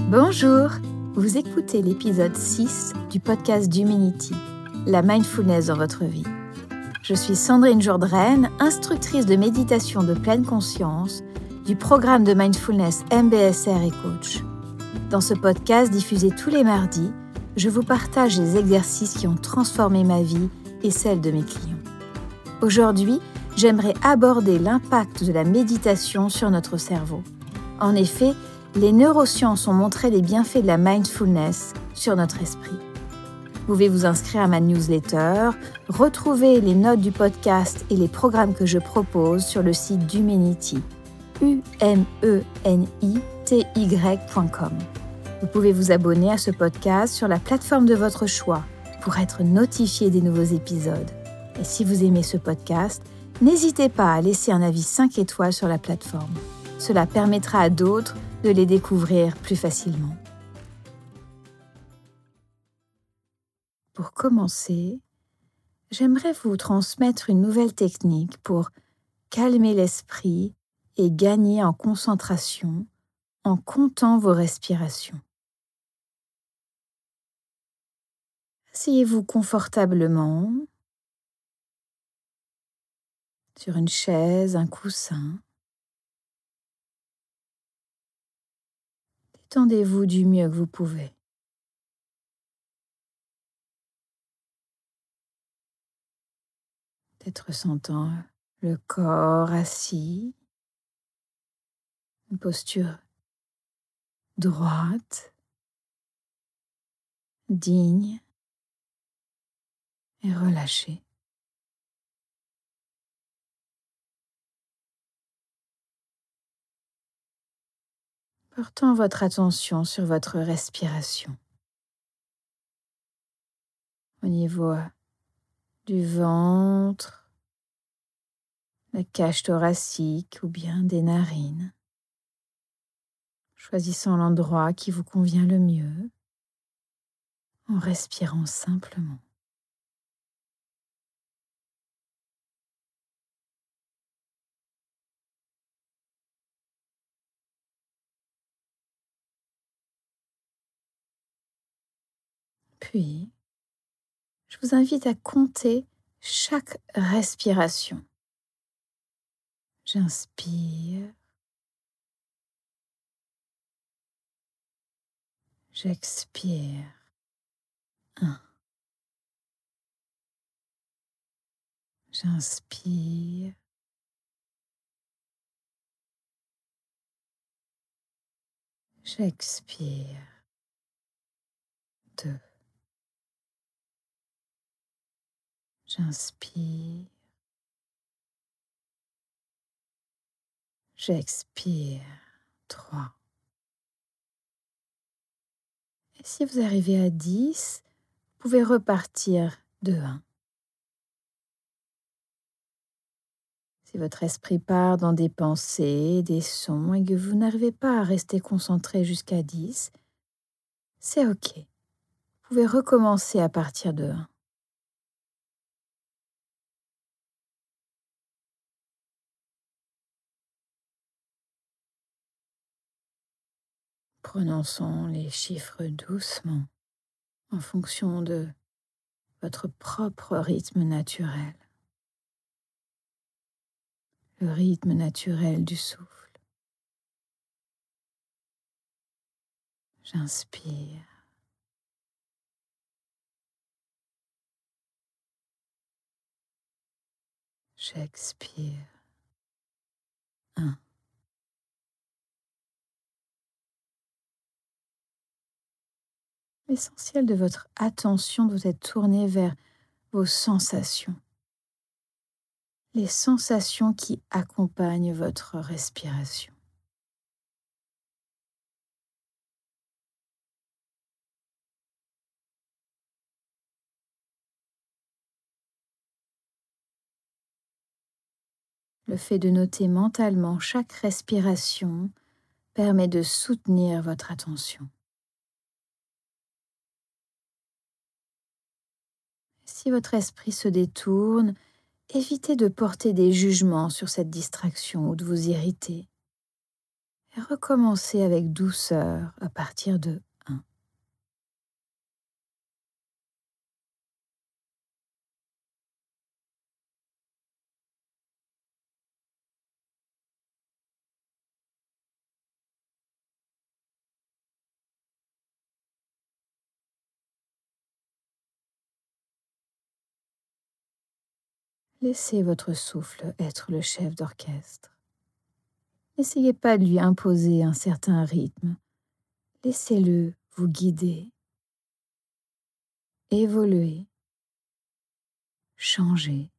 Bonjour, vous écoutez l'épisode 6 du podcast d'Humanity, la mindfulness dans votre vie. Je suis Sandrine Jourdraine, instructrice de méditation de pleine conscience du programme de mindfulness MBSR et coach. Dans ce podcast diffusé tous les mardis, je vous partage les exercices qui ont transformé ma vie et celle de mes clients. Aujourd'hui, j'aimerais aborder l'impact de la méditation sur notre cerveau. En effet, les neurosciences ont montré les bienfaits de la mindfulness sur notre esprit. Vous pouvez vous inscrire à ma newsletter, retrouver les notes du podcast et les programmes que je propose sur le site d'Humanity, umenity.com. Vous pouvez vous abonner à ce podcast sur la plateforme de votre choix pour être notifié des nouveaux épisodes. Et si vous aimez ce podcast, n'hésitez pas à laisser un avis 5 étoiles sur la plateforme. Cela permettra à d'autres de les découvrir plus facilement. Pour commencer, j'aimerais vous transmettre une nouvelle technique pour calmer l'esprit et gagner en concentration en comptant vos respirations. Asseyez-vous confortablement sur une chaise, un coussin. Détendez-vous du mieux que vous pouvez. Peut-être ressentant le corps assis, une posture droite, digne et relâchée. Portant votre attention sur votre respiration. Au niveau du ventre, la cage thoracique ou bien des narines. Choisissant l'endroit qui vous convient le mieux en respirant simplement. Puis, je vous invite à compter chaque respiration. J'inspire, j'expire. 1. J'inspire, j'expire. 2. J'inspire, j'expire. 3. Et si vous arrivez à 10, vous pouvez repartir de 1. Si votre esprit part dans des pensées, des sons et que vous n'arrivez pas à rester concentré jusqu'à 10, c'est OK. Vous pouvez recommencer à partir de 1. Prononçons les chiffres doucement en fonction de votre propre rythme naturel. Le rythme naturel du souffle. J'inspire. J'expire. 1. L'essentiel de votre attention doit être tourné vers vos sensations. Les sensations qui accompagnent votre respiration. Le fait de noter mentalement chaque respiration permet de soutenir votre attention. Si votre esprit se détourne, évitez de porter des jugements sur cette distraction ou de vous irriter. et recommencez avec douceur à partir de 1. Laissez votre souffle être le chef d'orchestre. N'essayez pas de lui imposer un certain rythme. Laissez-le vous guider, évoluer, changer.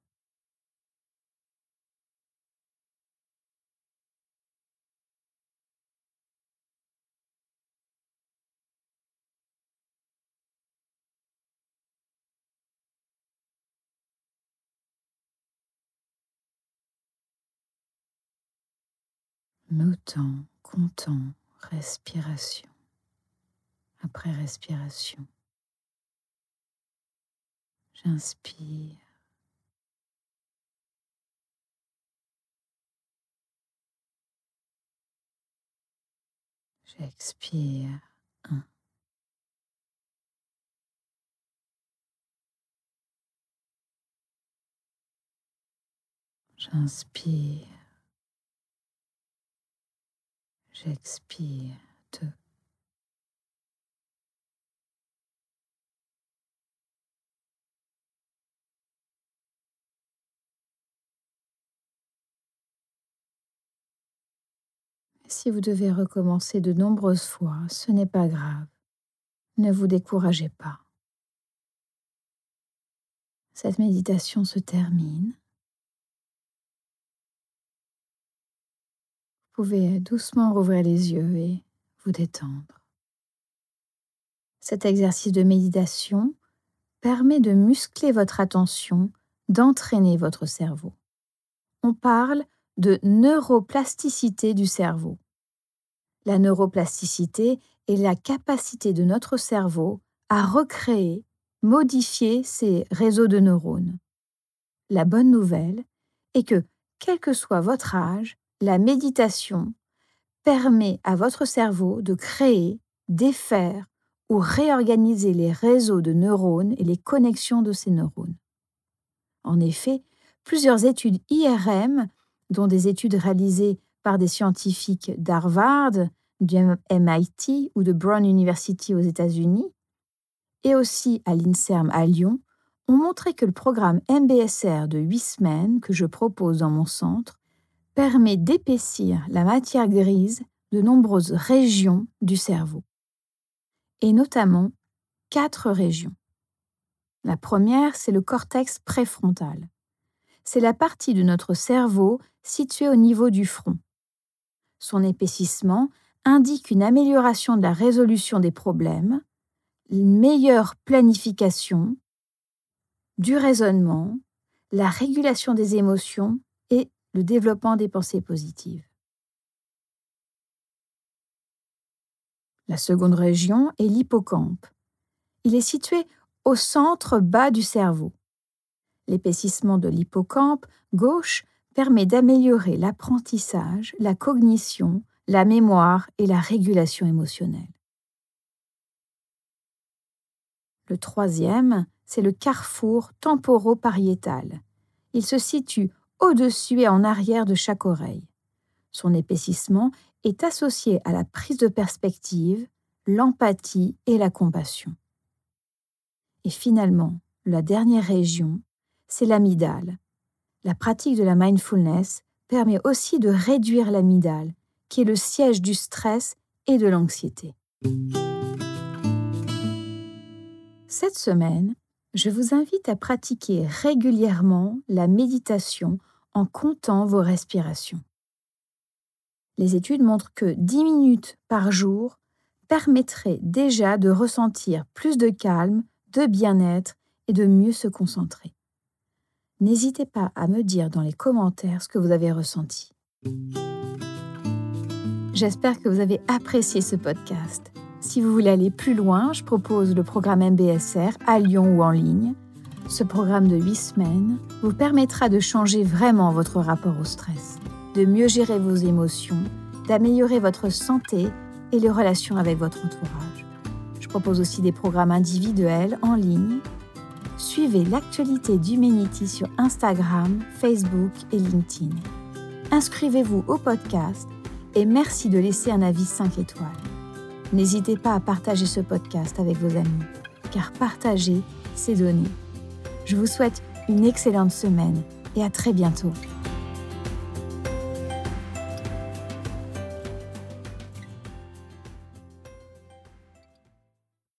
Notant, comptant, respiration après respiration. J'inspire. J'expire. 1. J'inspire. J'expire. 2. Si vous devez recommencer de nombreuses fois, ce n'est pas grave. Ne vous découragez pas. Cette méditation se termine. Vous pouvez doucement rouvrir les yeux et vous détendre. Cet exercice de méditation permet de muscler votre attention, d'entraîner votre cerveau. On parle de neuroplasticité du cerveau. La neuroplasticité est la capacité de notre cerveau à recréer, modifier ses réseaux de neurones. La bonne nouvelle est que, quel que soit votre âge, la méditation permet à votre cerveau de créer, défaire ou réorganiser les réseaux de neurones et les connexions de ces neurones. En effet, plusieurs études IRM, dont des études réalisées par des scientifiques d'Harvard, du MIT ou de Brown University aux États-Unis, et aussi à l'INSERM à Lyon, ont montré que le programme MBSR de 8 semaines que je propose dans mon centre permet d'épaissir la matière grise de nombreuses régions du cerveau, et notamment 4 régions. La première, c'est le cortex préfrontal. C'est la partie de notre cerveau située au niveau du front. Son épaississement indique une amélioration de la résolution des problèmes, une meilleure planification, du raisonnement, la régulation des émotions et le développement des pensées positives. La seconde région est l'hippocampe. Il est situé au centre bas du cerveau. L'épaississement de l'hippocampe gauche permet d'améliorer l'apprentissage, la cognition, la mémoire et la régulation émotionnelle. Le troisième, c'est le carrefour temporopariétal. Il se situe au-dessus et en arrière de chaque oreille. Son épaississement est associé à la prise de perspective, l'empathie et la compassion. Et finalement, la dernière région, c'est l'amygdale. La pratique de la mindfulness permet aussi de réduire l'amygdale, qui est le siège du stress et de l'anxiété. Cette semaine, je vous invite à pratiquer régulièrement la méditation en comptant vos respirations. Les études montrent que 10 minutes par jour permettraient déjà de ressentir plus de calme, de bien-être et de mieux se concentrer. N'hésitez pas à me dire dans les commentaires ce que vous avez ressenti. J'espère que vous avez apprécié ce podcast. Si vous voulez aller plus loin, je propose le programme MBSR à Lyon ou en ligne. Ce programme de 8 semaines vous permettra de changer vraiment votre rapport au stress, de mieux gérer vos émotions d'améliorer votre santé et les relations avec votre entourage. Je propose aussi des programmes individuels en ligne. Suivez l'actualité d'Humanity sur Instagram, Facebook et LinkedIn. Inscrivez-vous au podcast et merci de laisser un avis 5 étoiles. N'hésitez pas à partager ce podcast avec vos amis, car partager, c'est donner. Je vous souhaite une excellente semaine et à très bientôt.